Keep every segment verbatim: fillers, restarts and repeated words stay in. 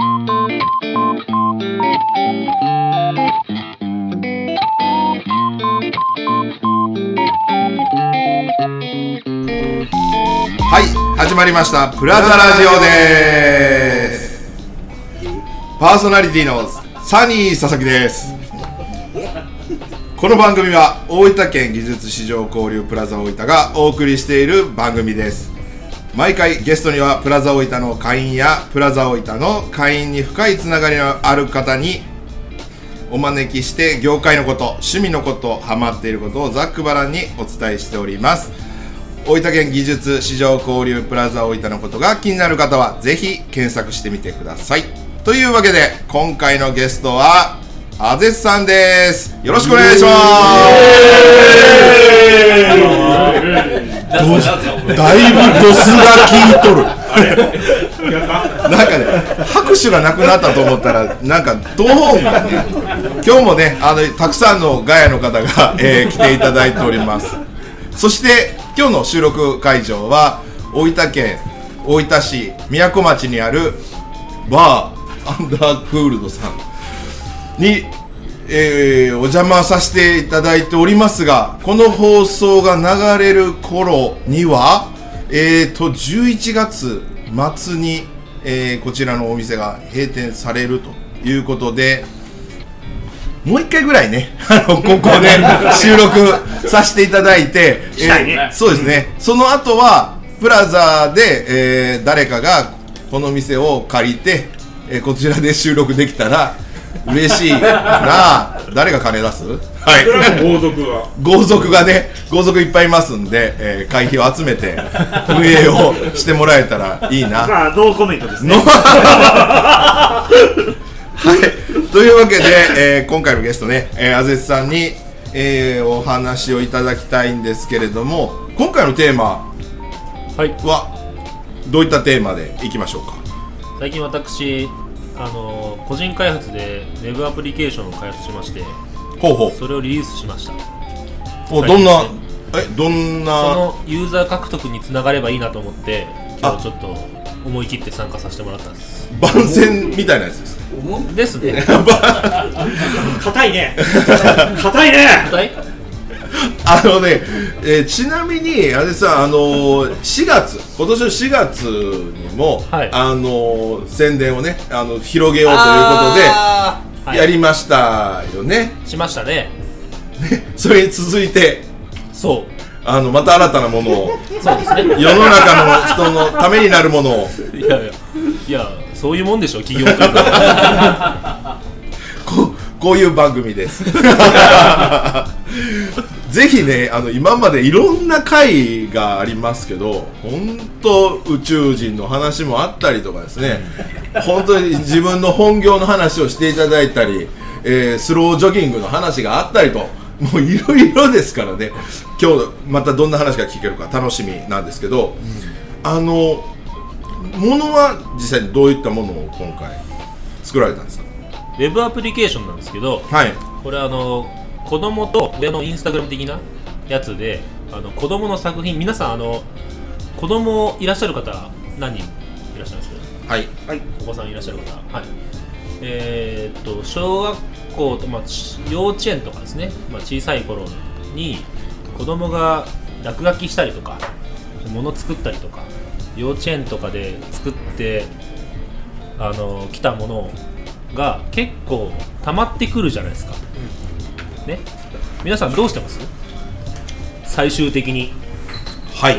はい、始まりましたプラザラジオです。パーソナリティのサニー佐々木です。この番組は大分県技術市場交流プラザ大分がお送りしている番組です。毎回ゲストにはプラザ大分の会員やプラザ大分の会員に深いつながりのある方にお招きして業界のこと、趣味のこと、ハマっていることをざっくばらんにお伝えしております。大分県技術市場交流プラザ大分のことが気になる方はぜひ検索してみてください。というわけで今回のゲストはあぜつさんです。よろしくお願いします。だいぶドスが効いとる。なんかね、拍手がなくなったと思ったらなんかドーンがね、今日もねあのたくさんのガヤの方が、えー、来ていただいております。そして今日の収録会場は大分県大分市宮古町にあるバーアンダークールドさんに、えー、お邪魔させていただいておりますが、この放送が流れる頃にはえーとじゅういちがつ末に、えー、こちらのお店が閉店されるということで、もう一回ぐらいね、あのここで収録させていただいて、 したいね、 えー、そうですね、うん、その後はプラザで、えー、誰かがこの店を借りて、えー、こちらで収録できたら嬉しいなあ。誰が金出す？はい。 豪族が豪族がね、豪族いっぱいいますんで、えー、会費を集めて運営をしてもらえたらいいな。 まあノーコメントですね。 はい。というわけで、えー、今回のゲストね、えー、あぜつさんに、えー、お話をいただきたいんですけれども、今回のテーマはどういったテーマでいきましょうか。 最近私あの個人開発でウェブアプリケーションを開発しまして、 ほうほう、 それをリリースしました。 お、どんな、え、どんな、 そのユーザー獲得につながればいいなと思って今日ちょっと思い切って参加させてもらったんです。 番宣みたいなやつですですね。 硬いね硬いね硬い。 あのね、えー、ちなみにあれさ、あのー、しがつ、今年のしがつにも、はい、あのー、宣伝をね、あの広げようということでやりましたよね。 しましたね。 それに続いて、 そう、 あのまた新たなものを、 そうですね、 世の中の人のためになるものを、 いやいやいや、そういうもんでしょ、企業界こ, こういう番組ですぜひね、あの今までいろんな回がありますけど、本当宇宙人の話もあったりとかですね、本当に自分の本業の話をしていただいたり、えー、スロージョギングの話があったりと、もういろいろですからね。今日またどんな話が聞けるか楽しみなんですけど、うん、あのものは実際にどういったものを今回作られたんですか。 ウェブアプリケーションなんですけど、はい、これはあの子供と親のインスタグラム的なやつで、あの子供の作品、皆さんあの子供いらっしゃる方何人いらっしゃるんですか。 はい、はい、 お子さんいらっしゃる方、はい、えー、っと小学校と、まあ、幼稚園とかですね、まあ、小さい頃に子供が落書きしたりとか物作ったりとか、幼稚園とかで作ってあの来たものが結構溜まってくるじゃないですか、うん、ね。皆さんどうしてます？最終的に。 はい。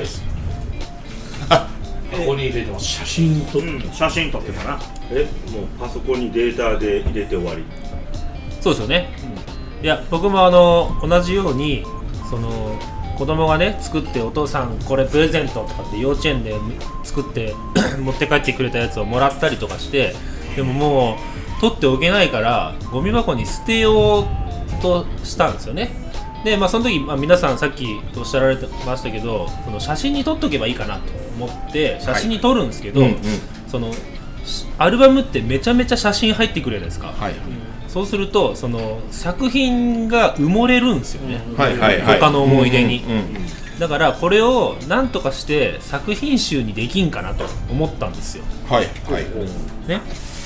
ここに入れてます。 写真撮って、うん、写真撮ってたな。 え、もうパソコンにデータで入れて終わり。 そうですよね、うん、いや僕もあの同じように、その子供がね作って、お父さんこれプレゼントとかって幼稚園で作って持って帰ってくれたやつをもらったりとかして、でももう取っておけないからゴミ箱に捨てようとしたんですよね。で、まあ、その時、まあ、皆さんさっきおっしゃられてましたけど、その写真に撮っとけばいいかなと思って写真に撮るんですけど、はい、うんうん、そのアルバムってめちゃめちゃ写真入ってくるじゃないですか、はい、そうするとその作品が埋もれるんですよね、はいはいはい、他の思い出に、うんうんうん、だからこれをなんとかして作品集にできんかなと思ったんですよ。 はいはい、 ね、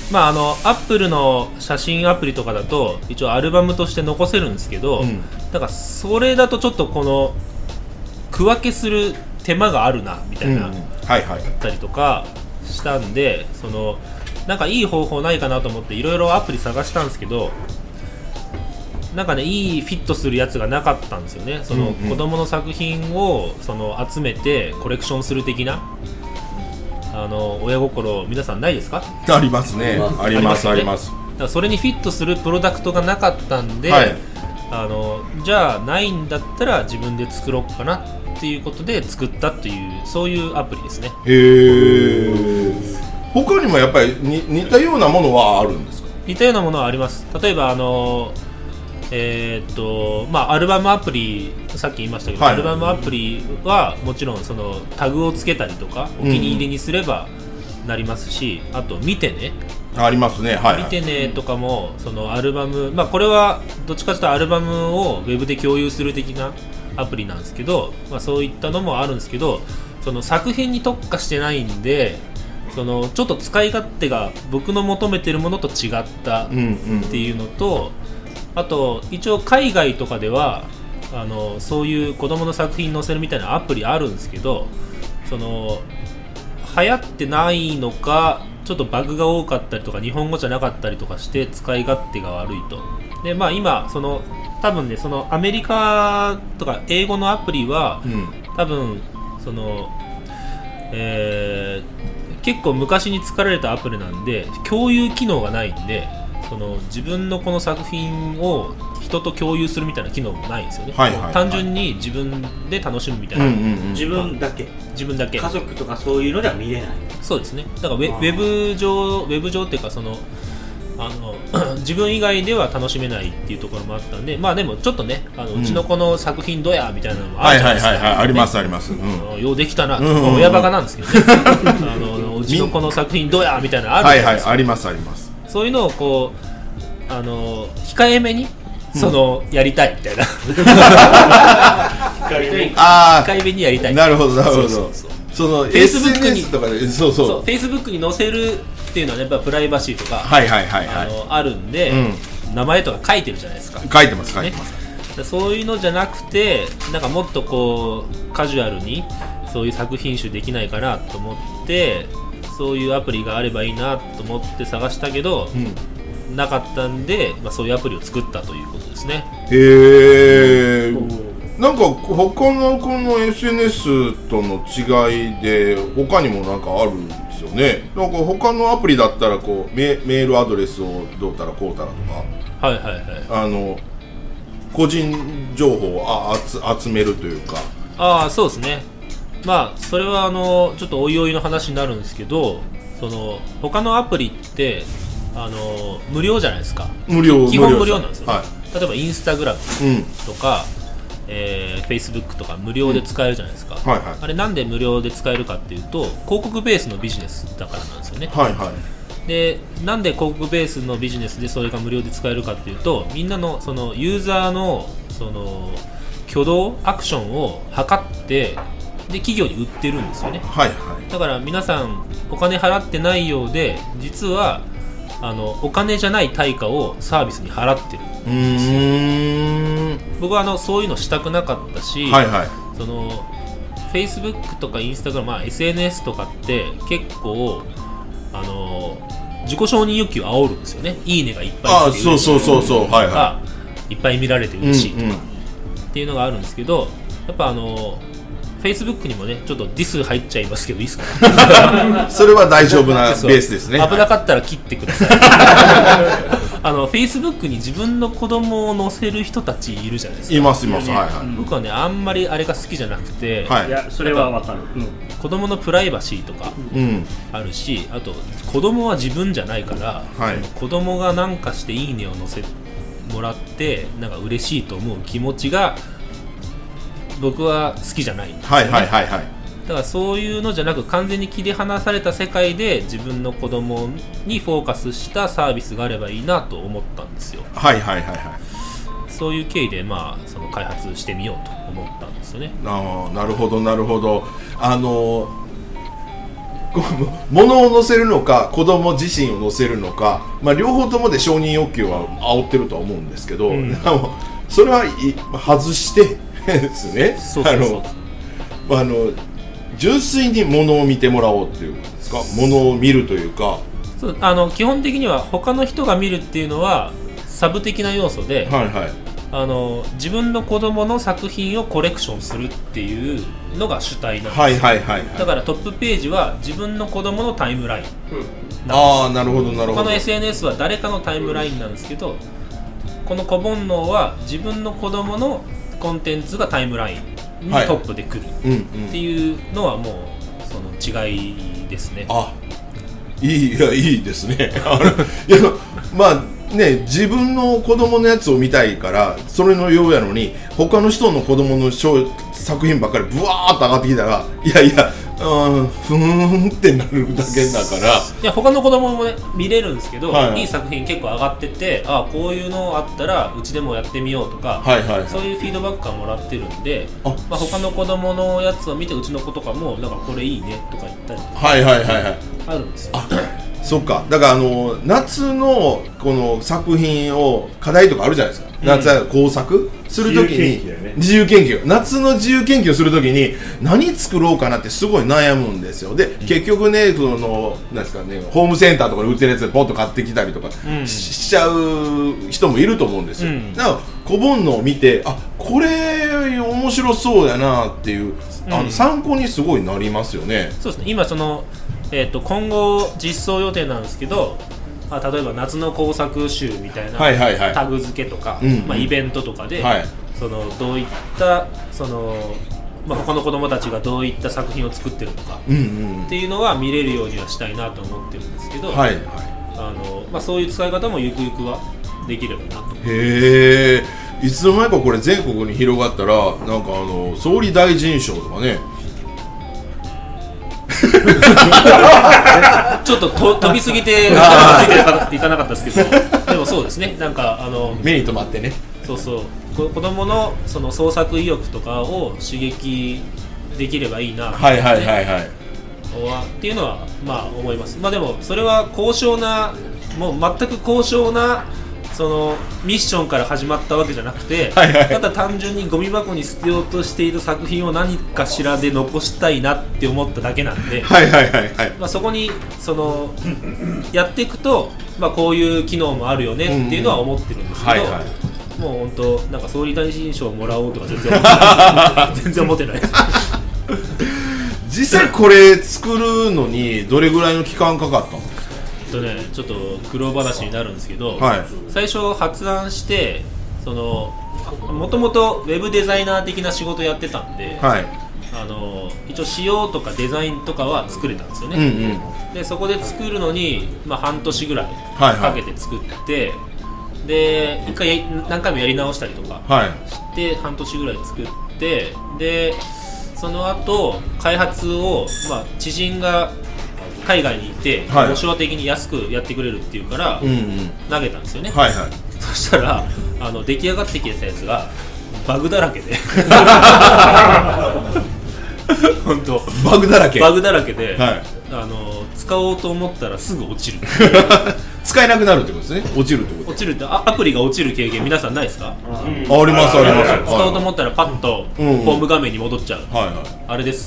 まああのアップルの写真アプリとかだと一応アルバムとして残せるんですけど、うん、だからそれだとちょっとこの区分けする手間があるなみたいな、うん、はいはい、だったりとかしたんで、そのなんかいい方法ないかなと思っていろいろアプリ探したんですけど、なんかねいいフィットするやつがなかったんですよね。その、うんうん、子供の作品をその集めてコレクションする的なあの親心皆さんないですか？ ありますね。ありますあります。 だからそれにフィットするプロダクトがなかったんで、はい、あのじゃあないんだったら自分で作ろうかなっていうことで作ったというそういうアプリですね。 へー。他にもやっぱりに似たようなものはあるんですか？ 似たようなものはあります。例えばあのえーっとまあ、アルバムアプリさっき言いましたけど、はい、アルバムアプリはもちろんそのタグをつけたりとかお気に入りにすればなりますし、うん、あと見てねありますね、はいはい、 見てねとかもそのアルバム、まあ、これはどっちかというとアルバムをウェブで共有する的なアプリなんですけど、まあ、そういったのもあるんですけど、その作品に特化してないんでそのちょっと使い勝手が僕の求めてるものと違ったっていうのと、うんうん、あと一応海外とかではあのそういう子供の作品載せるみたいなアプリあるんですけど、その流行ってないのかちょっとバグが多かったりとか日本語じゃなかったりとかして使い勝手が悪いと。でまあ今その多分ねそのアメリカとか英語のアプリは、うん、多分その、えー、結構昔に作られたアプリなんで共有機能がないんで、その自分のこの作品を人と共有するみたいな機能もないんですよね、はいはいはい、単純に自分で楽しむみたいな、うんうんうん、 自分だけ自分だけ家族とかそういうのでは見れない。 そうですね。だからウェ、ウェブ上ウェブ上っていうかそのあの自分以外では楽しめないっていうところもあったんで、まあでもちょっとねあの、うん、うちの子の作品どうやみたいなのもあるじゃないですか、 はいはいはいはい、ありますあります、うん、 ようできたな、うんうんうんまあ、親バカなんですけどねあのうちの子の作品どうやみたいなのあるじゃないですか、 はいはい、ありますあります。 そういうのをこうあの控えめにその、うん、やりたいみたいなあ控えめにやりたい。 なるほどなるほど。そうそうそう、そのエスエヌエスとかでそうそうそう Facebook に載せるっていうのは、ね、やっぱプライバシーとか、 はいはいはいはい、 あのあるんで、うん、名前とか書いてるじゃないですか。 書いてます書いてます、 ね、そういうのじゃなくてなんかもっとこうカジュアルにそういう作品集できないかなと思ってそういうアプリがあればいいなと思って探したけど、うん、なかったんで、まあ、そういうアプリを作ったということですね。 へー。なんか他のこの エスエヌエス との違いで他にもなんかあるんですよね。なんか他のアプリだったらこう メ, メールアドレスをどうたらこうたらとか、 はいはいはい、 あの個人情報をああつ集めるというか。 ああそうですね。まあそれはあのちょっとおいおいの話になるんですけど、その他のアプリってあの無料じゃないですか。 無料基本無料なんですよ、ね、 はい、 例えばインスタグラムとか、うんえー、Facebook とか無料で使えるじゃないですか、 うんはいはい、 あれなんで無料で使えるかっていうと広告ベースのビジネスだからなんですよね、 はいはい、 でなんで広告ベースのビジネスでそれが無料で使えるかっていうとみんなのそのユーザーのその挙動アクションを測ってで企業に売ってるんですよね、 はいはい、 だから皆さんお金払ってないようで実はあのお金じゃない対価をサービスに払ってるんですよ。うーん僕はあのそういうのしたくなかったし、 はいはい、 その Facebook とか Instagram、まあ、エスエヌエス とかって結構あの自己承認欲求を煽るんですよね。いいねがいっぱいついて嬉しいとか、そうそうそうそう、はいはい、いっぱい見られて嬉しいとか、うんうん、っていうのがあるんですけど、やっぱあのFacebook にもねちょっとディス入っちゃいますけどいいですかそれは大丈夫なベースですね。 危なかったら切ってくださいあの Facebook に自分の子供を載せる人たちいるじゃないですか。 いますいます、はいはい、 僕はねあんまりあれが好きじゃなくて、 はい、いやそれはわかる、うん、 子供のプライバシーとかあるし、うん、あと子供は自分じゃないから、はい、子供がなんかしていいねを載せもらってなんか嬉しいと思う気持ちが僕は好きじゃないんですよね。はいはいはいはい。だからそういうのじゃなく完全に切り離された世界で自分の子供にフォーカスしたサービスがあればいいなと思ったんですよ。 はいはいはいはい。 そういう経緯でまあその開発してみようと思ったんですよね。 ああなるほどなるほど。あのこう物を載せるのか子供自身を載せるのか、まあ、両方ともで承認欲求は煽ってるとは思うんですけど、うん、でもそれはい外してですね、 そうそうそう、 あのあの純粋に物を見てもらおうっていうんですか、物を見るというか、 そうあの基本的には他の人が見るっていうのはサブ的な要素で、 はいはい、 あの自分の子供の作品をコレクションするっていうのが主体なんですよ、 はいはいはいはい、 だからトップページは自分の子供のタイムラインなんです、 うん、ああなるほどなるほど。 他の エスエヌエス は誰かのタイムラインなんですけど、この子煩悩は自分の子供のコンテンツがタイムラインにトップで来るっていうのはもうその違いですね。 あ、いい、いやいいですね。いやまあね、自分の子供のやつを見たいからそれのようやのに他の人の子供の作品ばっかりブワーッと上がってきたら、いやいや、うん、ふーんってなるだけだから、 いや他の子供もね見れるんですけど、 はいはい、 いい作品結構上がってて、あこういうのあったらうちでもやってみようとか、 はいはいはい、 そういうフィードバックはもらってるんで、あ、まあ、他の子供のやつを見てうちの子とかもなんかこれいいねとか言ったりとか、 はいはいはいはい、 あるんですよ。 あ、そっか。だからあの夏のこの作品を課題とかあるじゃないですか、うん、夏は工作するときに自由研究、ね、夏の自由研究するときに何作ろうかなってすごい悩むんですよ。で、うん、結局ね、そのなんですかね、ホームセンターとかで売ってるやつでポッと買ってきたりとか し,、うん、しちゃう人もいると思うんですよ、うん、だから小煩悩を見て、あ、これ面白そうやなっていう、あの参考にすごいなりますよね、 うん、そうですね。今そのえー、と今後実装予定なんですけど、あ例えば夏の工作集みたいな、はいはいはい、タグ付けとか、うんうん、まあ、イベントとかで、はい、そのどういったその、まあ、他の子どもたちがどういった作品を作ってるのか、うんうん、っていうのは見れるようにはしたいなと思ってるんですけど、はいはい、あのまあ、そういう使い方もゆくゆくはできればなと。 へー、いつの間にかこれ全国に広がったらなんかあの総理大臣賞とかねちょっとと飛びすぎてついていかなかったですけど、でもそうですね、なんかあの目に留まってね、 そうそう、子供のその創作意欲とかを刺激できればいいな、ね、 はいはいはいはいっていうのはまあ思います。まあでもそれは高尚な、もう全く高尚なそのミッションから始まったわけじゃなくて、はいはい、ただ単純にゴミ箱に捨てようとしている作品を何かしらで残したいなって思っただけなんで、 はいはいはいはい、 まあ、そこにそのやっていくと、まあ、こういう機能もあるよねっていうのは思ってるんですけど、うんうん、はいはい、もう本当なんか総理大臣賞をもらおうとか全然思ってない全然思ってないです実際これ作るのにどれぐらいの期間かかったの？ とね、ちょっと苦労話になるんですけど、 はい、 最初発案してそのもともとウェブデザイナー的な仕事やってたんで、はい、あの一応仕様とかデザインとかは作れたんですよね、うんうん、でそこで作るのに、まあ、半年ぐらいかけて作って、はいはい、で一回何回もやり直したりとかして、はい、半年ぐらい作ってでその後開発を、まあ、知人が海外にいて、はい、保証的に安くやってくれるっていうから、うんうん、投げたんですよね、はいはい、そしたらあの出来上がってきたやつがバグだらけで本当バグだらけバグだらけで、はい、あの使おうと思ったらすぐ落ちる使えなくなるってことですね。落ちるってこと。 落ちるってアプリが落ちる経験皆さんないですか？ うん、ありますあります。 使おうと思ったらパッとホーム画面に戻っちゃう、うんうん、はいはい、あれです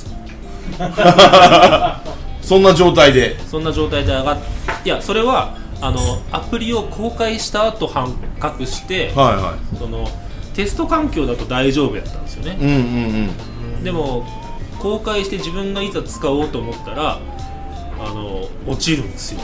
そんな状態でそんな状態で上がっいやそれはあのアプリを公開した後半角して、はいはい、そのテスト環境だと大丈夫やったんですよね、うんうんうん、でも公開して自分がいざ使おうと思ったらあの落ちるんですよ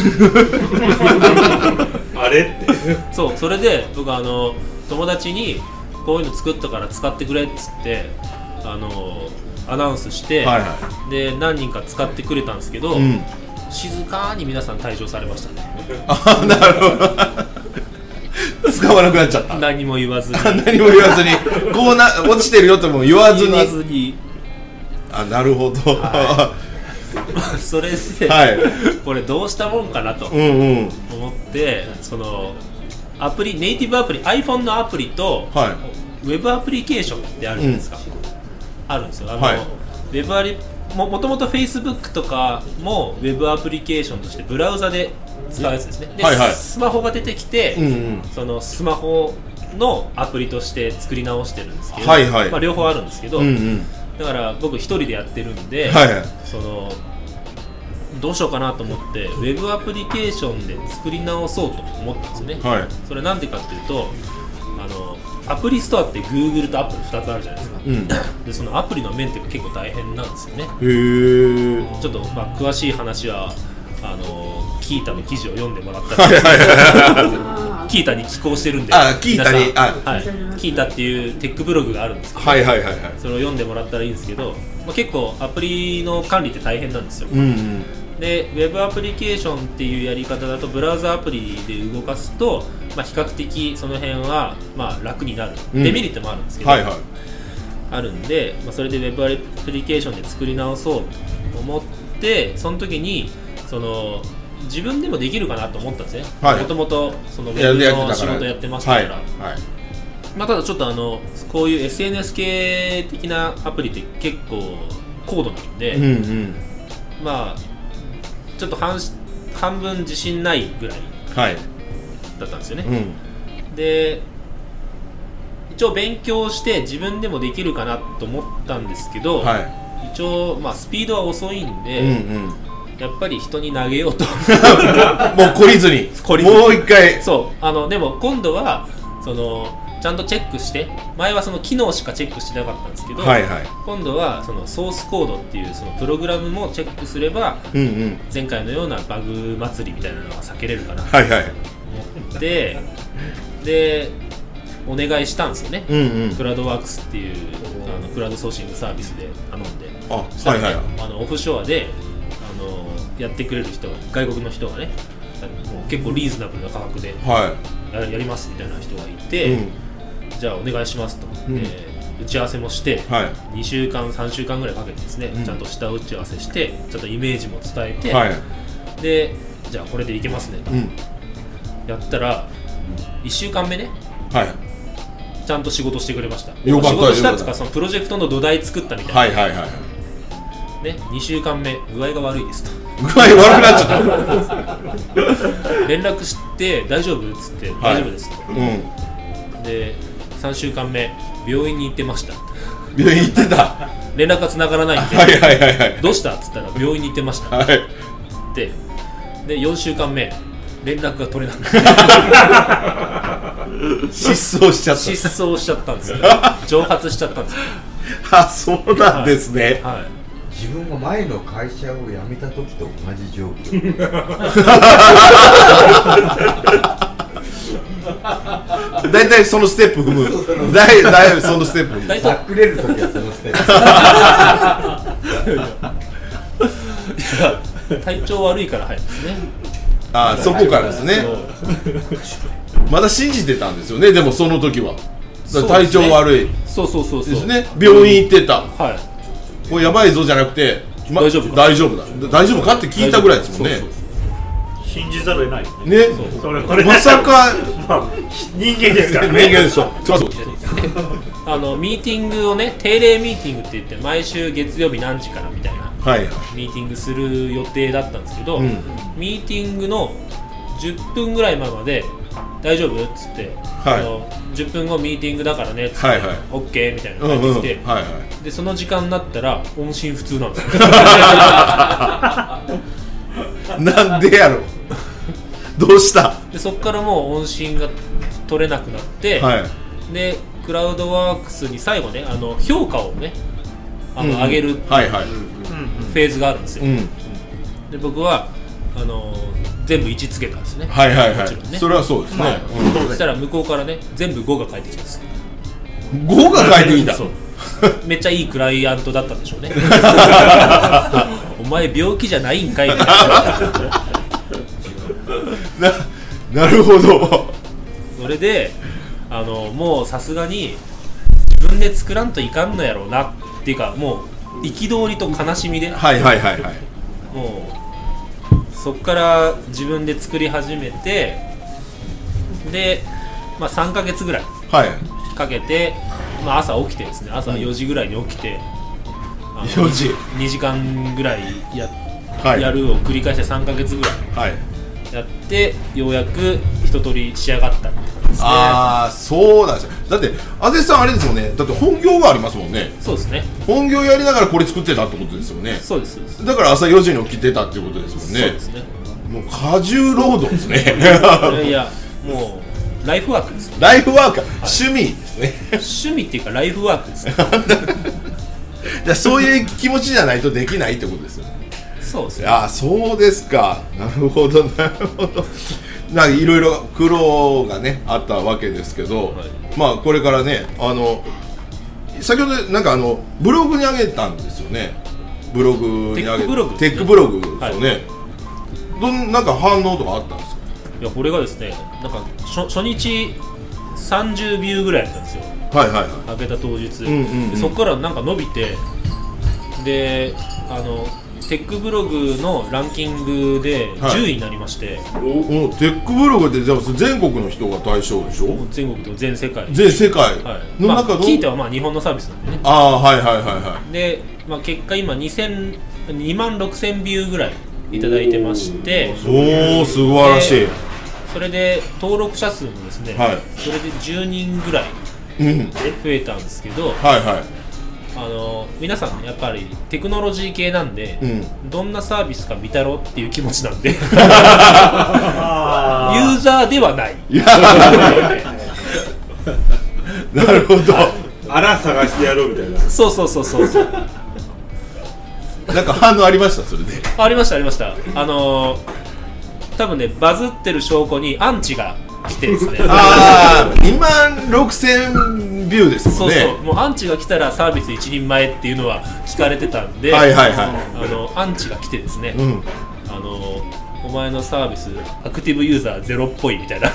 あれってそうそれで僕あの友達にこういうの作ったから使ってくれっつってあのアナウンスして、はいはい、で何人か使ってくれたんですけど、うん、静かに皆さん退場されましたね。 あ、なるほど使わなくなっちゃった。 何も言わずに何も言わずにこうな落ちてるよとも言わずに言わずにあ、なるほど、 はい、それで、はい、これどうしたもんかなと思って、うんうん、そのアプリネイティブアプリ iPhone のアプリと、はい、ウェブアプリケーションってあるじゃないですか、うん、あるんですよ。あの、はい、ウェブアももともと Facebook とかもウェブアプリケーションとしてブラウザで使うやつですね。で、 はいはい、 スマホが出てきて、うんうん、そのスマホのアプリとして作り直してるんですけど、はいはい、まあ、両方あるんですけど、うんうん、だから僕一人でやってるんで、はいはい、そのどうしようかなと思ってウェブアプリケーションで作り直そうと思ったんですよね、はい、それなんでかっていうと、あのアプリストアって Google と Apple ふたつあるじゃないですか、うん、でそのアプリのメンテが結構大変なんですよね。へー。ちょっと、まあ、詳しい話はあのキータの記事を読んでもらったらキータに寄稿してるんで、 あキータにあ、 はい、キータっていうテックブログがあるんですけど、はいはいはいはい、それを読んでもらったらいいんですけど、まあ、結構アプリの管理って大変なんですよ、うんうん、でウェブアプリケーションっていうやり方だとブラウザアプリで動かすと、まあ、比較的その辺はまあ楽になる、うん、デメリットもあるんですけど、はいはい、あるんで、まあ、それでウェブアプリケーションで作り直そうと思って、その時にその自分でもできるかなと思ったんですね。もともとそのウェブの仕事やってましたから、はいはい、まあ、ただちょっとあのこういう エスエヌエス 系的なアプリって結構高度なんで、うんうん、まあちょっと 半, 半分自信ないぐらいだったんですよね、はい、うん、で一応勉強して自分でもできるかなと思ったんですけど、はい、一応、まあ、スピードは遅いんで、うんうん、やっぱり人に投げようともう懲りずに懲りずにもう一回そうあのでも今度はそのちゃんとチェックして、前はその機能しかチェックしてなかったんですけど、はいはい、今度はそのソースコードっていうそのプログラムもチェックすれば、うんうん、前回のようなバグ祭りみたいなのは避けれるかなと思って、はいはい、でお願いしたんですよね、うんうん、クラウドワークスっていうあのクラウドソーシングサービスで頼んで、あ、はいはい、あのオフショアであのやってくれる人が、外国の人がね、もう結構リーズナブルな価格で や, やりますみたいな人がいて、うん、じゃあお願いしますと思って、うん、打ち合わせもして、はい、にしゅうかんさんしゅうかんぐらいかけてですね、うん、ちゃんと下打ち合わせしてちょっとイメージも伝えて、はい、でじゃあこれでいけますねと、うん、やったらいっしゅうかんめね、はい、ちゃんと仕事してくれました。よかった、仕事したっつうかそのプロジェクトの土台作ったみたいな、はいはいはい、ね、にしゅうかんめ具合が悪いですと、 具合悪くなっちゃった連絡して大丈夫っつって、はい、大丈夫ですと、うん、でさんしゅうかんめ病院に行ってました。 病院行ってた、 連絡が繋がらないんで、 はいはいはいはい、 どうしたっつったら病院に行ってました、はい、つってでよんしゅうかんめ連絡が取れなくて失踪しちゃった失踪しちゃったんですよ蒸発しちゃったんですよあ、そうなんですね、はいはい、 自分が前の会社を辞めた時と同じ状況だいたいそのステップ踏むだいだいそのステップ踏むざっくれる時はそのステップいや体調悪いから入るんですね。 ああ、そこからですねまだ信じてたんですよね。でもその時は体調悪いそうそうそうそうですね。病院行ってた、はい、これやばいぞじゃなくて、ま、大丈夫か大丈夫だ大丈夫かって聞いたぐらいですもんね。そうそうそう、 信じざるを得ないよね。 ね、そうそれこれまさか、まあ、 人間ですからね。人間でしょ。そうそうあのミーティングをね、定例ミーティングって言って毎週月曜日何時からみたいな、はい、ミーティングする予定だったんですけど、うん、ミーティングのじゅっぷんぐらい前まで大丈夫っつって、はい、あのじゅっぷんごミーティングだからねっつって、はいはい、オッケーみたいなのが返ってきて、うんうんはいはい、でその時間になったら音信不通なんですよなんでやろどうしたでそっからもう音信が取れなくなって、はい、でクラウドワークスに最後ね、あの評価をねあの、うん、上げる、はいはい、フェーズがあるんですよ、うん、で僕はあの全部いちつけたんですね。 はいはいはい、もちろんね。それはそうですね、まあうん、そしたら向こうからね全部ごが返ってきたんです。 ごが返ってきたそうめっちゃいいクライアントだったんでしょうねお前病気じゃないんかいみたいななるほど。 それであのもうさすがに自分で作らんといかんのやろうなっていうか、もう憤りと悲しみで、 はいはいはいはい、 もうそっから自分で作り始めて、で、まあ、さんかげつぐらいかけて、はい、まあ、朝起きてですね、朝よじぐらいに起きて、 あのよじにじかんぐらいや,、 はい、 やるを繰り返してさんかげつぐらいはい、 やってようやく一通り仕上がったみたいなですね。 ああそうなんですよ。だってあぜさんあれですよね、だって本業がありますもんね。 そうですね。 本業やりながらこれ作ってたってことですよね。 そうですそうです。 だから朝よじに起きてたっていうことですもんね。 そうですね。 もう過重労働ですねいやいやもうライフワークですよ。 ライフワーク、はい、趣味ですね趣味っていうかライフワークですねじゃあそういう気持ちじゃないとできないってことですよね。 そうですね。 ああそうですか。なるほどなるほど。なんかいろいろ苦労がねあったわけですけど、はい、まあこれからね、あの先ほどなんかあのブログに上げたんですよね。ブログに上げテックブログ、 テックブログですよね、はい、どんなんか反応とかあったんですか。 いやこれがですね、なんか初, 初日さんじゅうビューぐらいだったんですよ。 はいはいはい。 開けた当日、 うんうんうん、 でそこからなんか伸びて、であのテックブログのランキングでじゅういになりまして、 はい、おおテックブログってじゃあ全国の人が対象でしょ。 全国と全世界全世界の中の、 まあ、聞いてはまあ日本のサービスなんでね。 ああはいはいはいはい。 で、まあ、結果今にまんろくせんビューぐらいいただいてまして、 おお素晴らしい。 それで登録者数もですね、はい、それでじゅうにんぐらい増えたんですけど、うん、 はいはい。 あの皆さんねやっぱりテクノロジー系なんで、うん、どんなサービスか見たろっていう気持ちなんでユーザーではないなるほど。 あら探してやろうみたいな。 そうそうそうそうそうなんか反応ありましたそれで。 ありましたありました。あのー、多分ねバズってる証拠にアンチが来てですねああにまんろくせんビューですもんね。 そうそう、もうアンチが来たらサービス一人前っていうのは聞かれてたんで、 はいはいはい、 あのアンチが来てですね、うん、あのお前のサービスアクティブユーザーゼロっぽいみたいな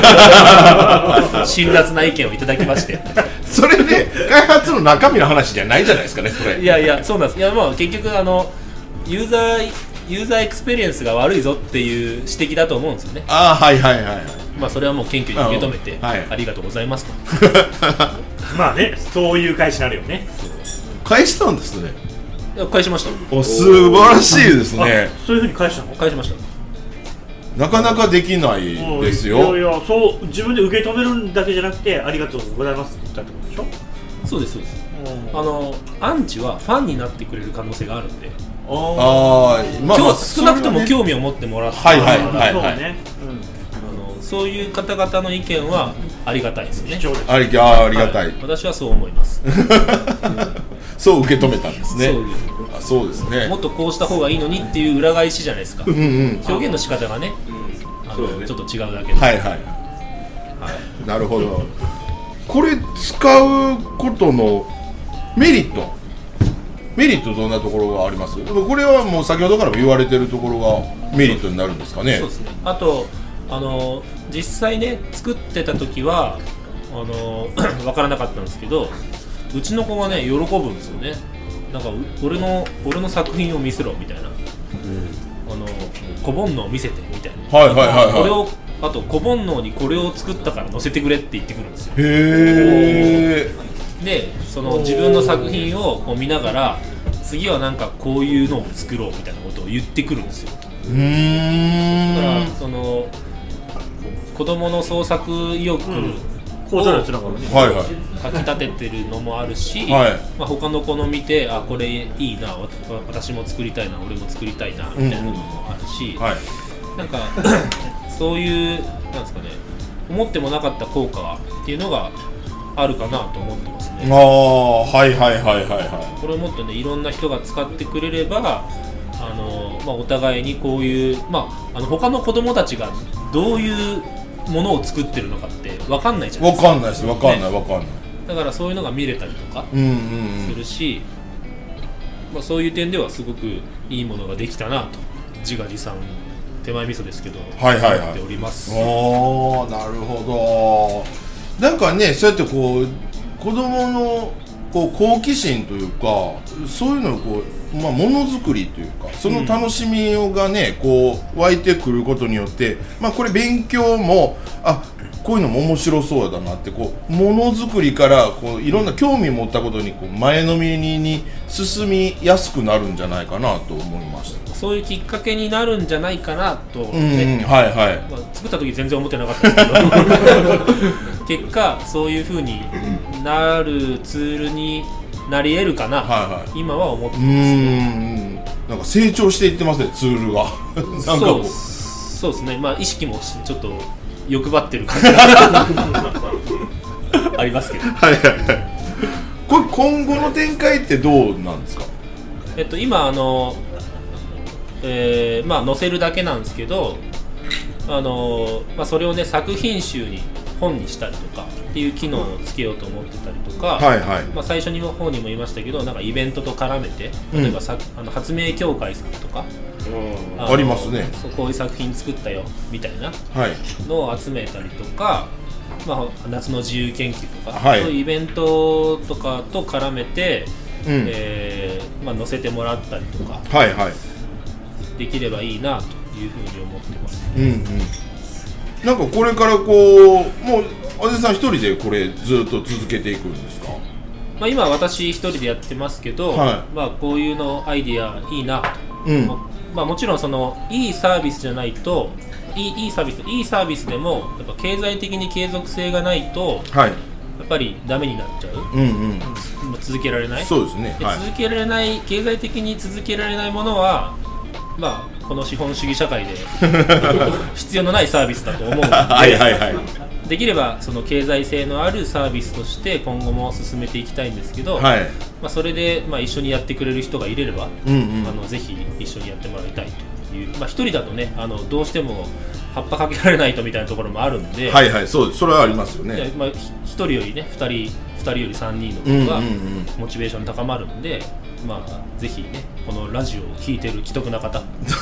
辛辣な意見をいただきましてそれで開発の中身の話じゃないじゃないですかねそれ。 いやいやそうなんです。いやまあ結局あのユーザーユーザーエクスペリエンスが悪いぞっていう指摘だと思うんですよね。 ああはいはいはいはい。 まあそれはもう謙虚に受け止めて あ,、はい、ありがとうございますとまあねそういう返しになるよね。 返したんですね。 いや返しました。 お素晴らしいですね。 そういうふうに返したの。 返しました。 なかなかできないですよ。 いやいやそう自分で受け止めるんだけじゃなくてありがとうございますって言ったってことでしょ。 そうですそうです。あのアンチはファンになってくれる可能性があるんで、 ああ、まあ、まあ、 少なくとも興味を持ってもらって、 はいはいはいはい、 ね、うん、 あのそういう方々の意見はありがたいですね。 ありあありがたい、はい、 私はそう思いますそう受け止めたんですね。 そうあそうですね。 もっとこうした方がいいのにっていう裏返しじゃないですか。うんうん、表現の仕方がね、うん、あのね、ちょっと違うだけで、 はいはい、はい、なるほど。これ使うことのメリットメリットどんなところがあります？でもこれはもう先ほどからも言われてるところがメリットになるんですかね。 そうですね。あとあの実際ね作ってた時はあの分からなかったんですけど、うちの子がね喜ぶんですよね。なんか俺の俺の作品を見せろみたいな、うん、あの小煩悩を見せてみたいな、 はいはいはいはい、 これをあと小煩悩にこれを作ったから載せてくれって言ってくるんですよ。 へー。 でその自分の作品を見ながら次はなんかこういうのを作ろうみたいなことを言ってくるんですよ。 うーん。 だからその子供の創作意欲を講座につながるね。 はいはい。 かき立ててるのもあるし、 はい、まあ、他の子の見てあこれいいな私も作りたいな俺も作りたいなみたいなのもあるし、うんうん、はい、なんかそういうなんですかね思ってもなかった効果っていうのがあるかなと思ってますね。 ああはいはいはいはいはい。 これをもっとねいろんな人が使ってくれればあの、まあ、お互いにこういう、まあ、あの他の子供たちがどういうものを作ってるのかって分かんないじゃないですか。 分かんないです分かんない分かんない、ね、 だからそういうのが見れたりとかするし、まあ、そういう点ではすごくいいものができたなと自画自賛手前味噌ですけどはいはいはい思っております。 おーなるほど。なんかねそうやってこう子供のこう好奇心というかそういうのをこう、まあ、ものづくりというかその楽しみがね、うん、こう湧いてくることによって、まあ、これ勉強もあこういうのも面白そうだなってこうものづくりからこういろんな興味持ったことにこう前のめりに進みやすくなるんじゃないかなと思いました。 そういうきっかけになるんじゃないかなと、ね、 うん、はいはい、 まあ、作った時全然思ってなかったですけど結果そういう風になるツールになり得るかな、はいはい、今は思ってます。うーん、 なんか成長していってますねツールがなんかこうそうですね、まあ意識もちょっと欲張ってる感じがありますけど、はいはいはい、 これ今後の展開ってどうなんですか？ えっと今あの、えー、まあ載せるだけなんですけど、あの、まあ、それをね作品集に本にしたりとかっていう機能をつけようと思ってたりとか、はいはい、まあ、最初にも本にも言いましたけどなんかイベントと絡めて例えばさ、うん、あの発明協会さんとか、 うん、あ, ありますね。 そうこういう作品作ったよみたいなのを集めたりとか、まあ、夏の自由研究とか、はい、そういうイベントとかと絡めて、うん、えーまあ、載せてもらったりとか、はいはい、できればいいなというふうに思ってます、ね。うんうん、 なんかこれからこうもうあぜさん一人でこれずっと続けていくんですか？ まあ、今私一人でやってますけど、はい、まあ、こういうのアイディアいいなと、うん、まあ、もちろんそのいいサービスじゃないといい、いいサービスいいサービスでもやっぱ経済的に継続性がないと、はい、やっぱりダメになっちゃう、うんうん、続けられない。 そうですね、 で、はい、続けられない経済的に続けられないものはまあこの資本主義社会で必要のないサービスだと思うのではいはい、はい、できればその経済性のあるサービスとして今後も進めていきたいんですけど、はい、まあ、それでまあ一緒にやってくれる人がいれれば、うんうん、あのぜひ一緒にやってもらいたいという、まあ、一人だとねあのどうしても葉っぱかけられないとみたいなところもあるんで、 はいはい、そうです、それはありますよね。 まあ、一人よりね二人ふたりよりさんにんの方がモチベーション高まるんで、まあ、ぜひねこのラジオを聞いてる既得な方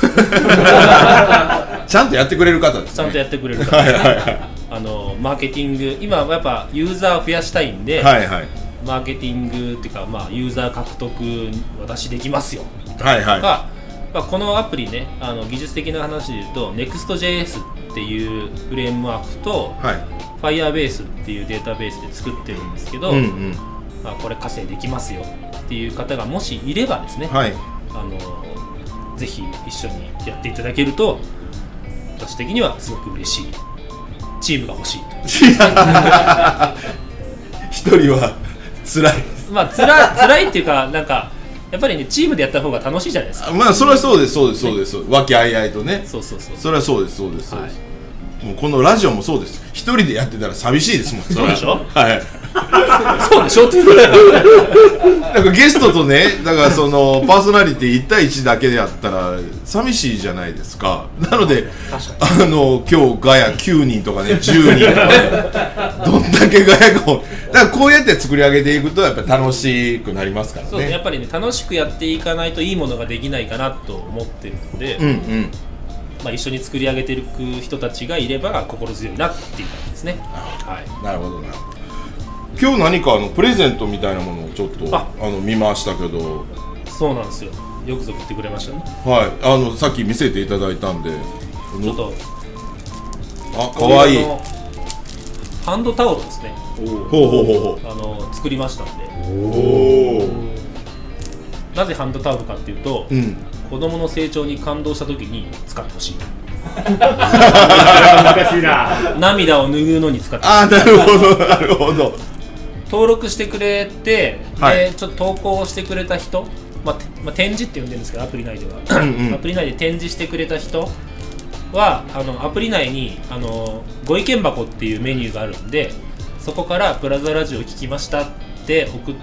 ちゃんとやってくれる方ですね。 ちゃんとやってくれる方はいはい、はい、あのマーケティング今はやっぱユーザー増やしたいんで、はいはい、マーケティングっていうか、まあ、ユーザー獲得私できますよみたいなとか、はいはい、まあ、このアプリねあの技術的な話で言うと ネクストジェイエス っていうフレームワークと、はい、Firebase っていうデータベースで作ってるんですけど、うんうん、まあ、これ稼いできますよっていう方がもしいればですね、はい、あのぜひ一緒にやっていただけると私的にはすごく嬉しい。チームが欲しいと一人は辛いまあ辛い辛いっていうかなんかやっぱりねチームでやった方が楽しいじゃないですか。 まあそれはそうですそうですそうです、ね、和気あいあいとね。 そうそうそう、 それはそうですそうですそうです、はい、もうこのラジオもそうです。一人でやってたら寂しいですもん。 そうでしょはいそうでしょってなんかゲストとねだからそのパーソナリティいち対いちだけでやったら寂しいじゃないですか。なのであの今日ガヤきゅうにんとかねじゅうにんとかねどんだけガヤがだからこうやって作り上げていくとやっぱり楽しくなりますからね。 そうやっぱりね楽しくやっていかないといいものができないかなと思ってるので、うんうん、まあ、一緒に作り上げていく人たちがいれば心強いなっていう感じですね。はい、 なるほどなるほど。今日何かあのプレゼントみたいなものをちょっと あ, あの見ましたけど。 そうなんですよ。よくぞ送ってくれましたね。 はい、あのさっき見せていただいたんでちょっとあ、かわいいハンドタオルですね。 ほうほうほうほうあの作りましたんで。 おなぜハンドタオルかっていうと、うん、子供の成長に感動した時に使ってほしい難しいな。 涙を拭うのに使ってほしい。 あ、なるほどなるほど。 登録してくれて、はい、でちょっと投稿してくれた人、まあまあ、展示って呼んでるんですけどアプリ内ではうん、うん、アプリ内で展示してくれた人はあのアプリ内にあのご意見箱っていうメニューがあるんでそこからプラザラジオ聞きましたって送って、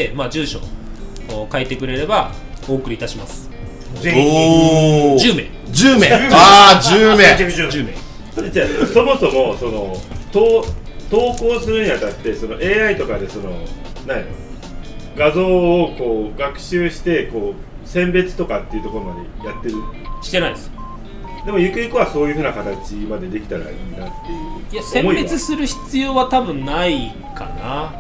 まあ、住所を書いてくれればお送りいたします。 全員じゅうめいじゅうめいああじゅうめいじゅうめいじゃあそもそもその投投稿するにあたってその エーアイ とかでその何やろ画像をこう学習してこう選別とかっていうところまでやってるしてないです。 でもゆくゆくはそういう風な形までできたらいいなっていう。 いや選別する必要は多分ないかな。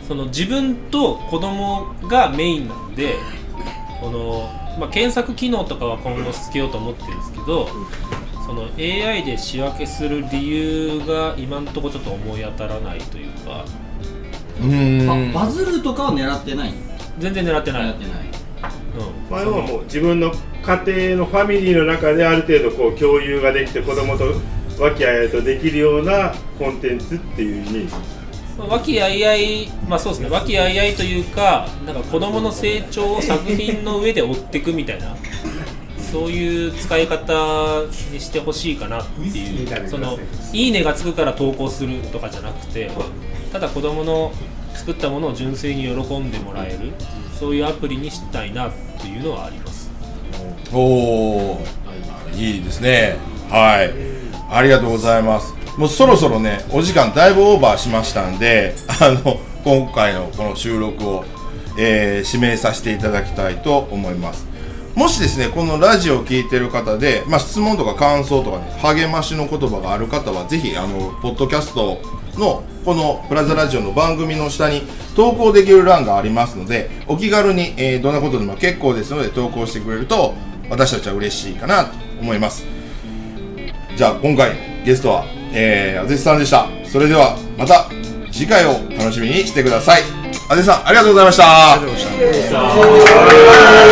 その自分と子供がメインなんで、この、まあ、検索機能とかは今後つけようと思ってるんですけど、その エーアイ で仕分けする理由が今のところちょっと思い当たらないというか、 うーんバズるとかは狙ってない全然狙ってない。 狙ってないうん、 まあ、要はもう自分の家庭のファミリーの中である程度こう共有ができて子供と和気あいあいとできるようなコンテンツっていうイメージ。 和気あいあい、まあそうですね、和気あいあいというか、なんか子供の成長を作品の上で追っていくみたいな、そういう使い方にしてほしいかなっていう、そのいいねがつくから投稿するとかじゃなくて、ただ子供の作ったものを純粋に喜んでもらえる、そういうアプリにしたいなっていうのはあります。 おー、いいですね。はい、ありがとうございます。もうそろそろね、お時間だいぶオーバーしましたんで、あの今回のこの収録を、えー、締めさせていただきたいと思います。もしですね、このラジオを聞いてる方で、まあ、質問とか感想とかね、励ましの言葉がある方は、ぜひあのポッドキャストのこのプラザラジオの番組の下に投稿できる欄がありますので、お気軽に、えー、どんなことでも結構ですので投稿してくれると私たちは嬉しいかなと思います。じゃあ今回のゲストは、えー、あぜつさんでした。それではまた次回を楽しみにしてください。あぜつさん、ありがとうございました。ありがとうございました。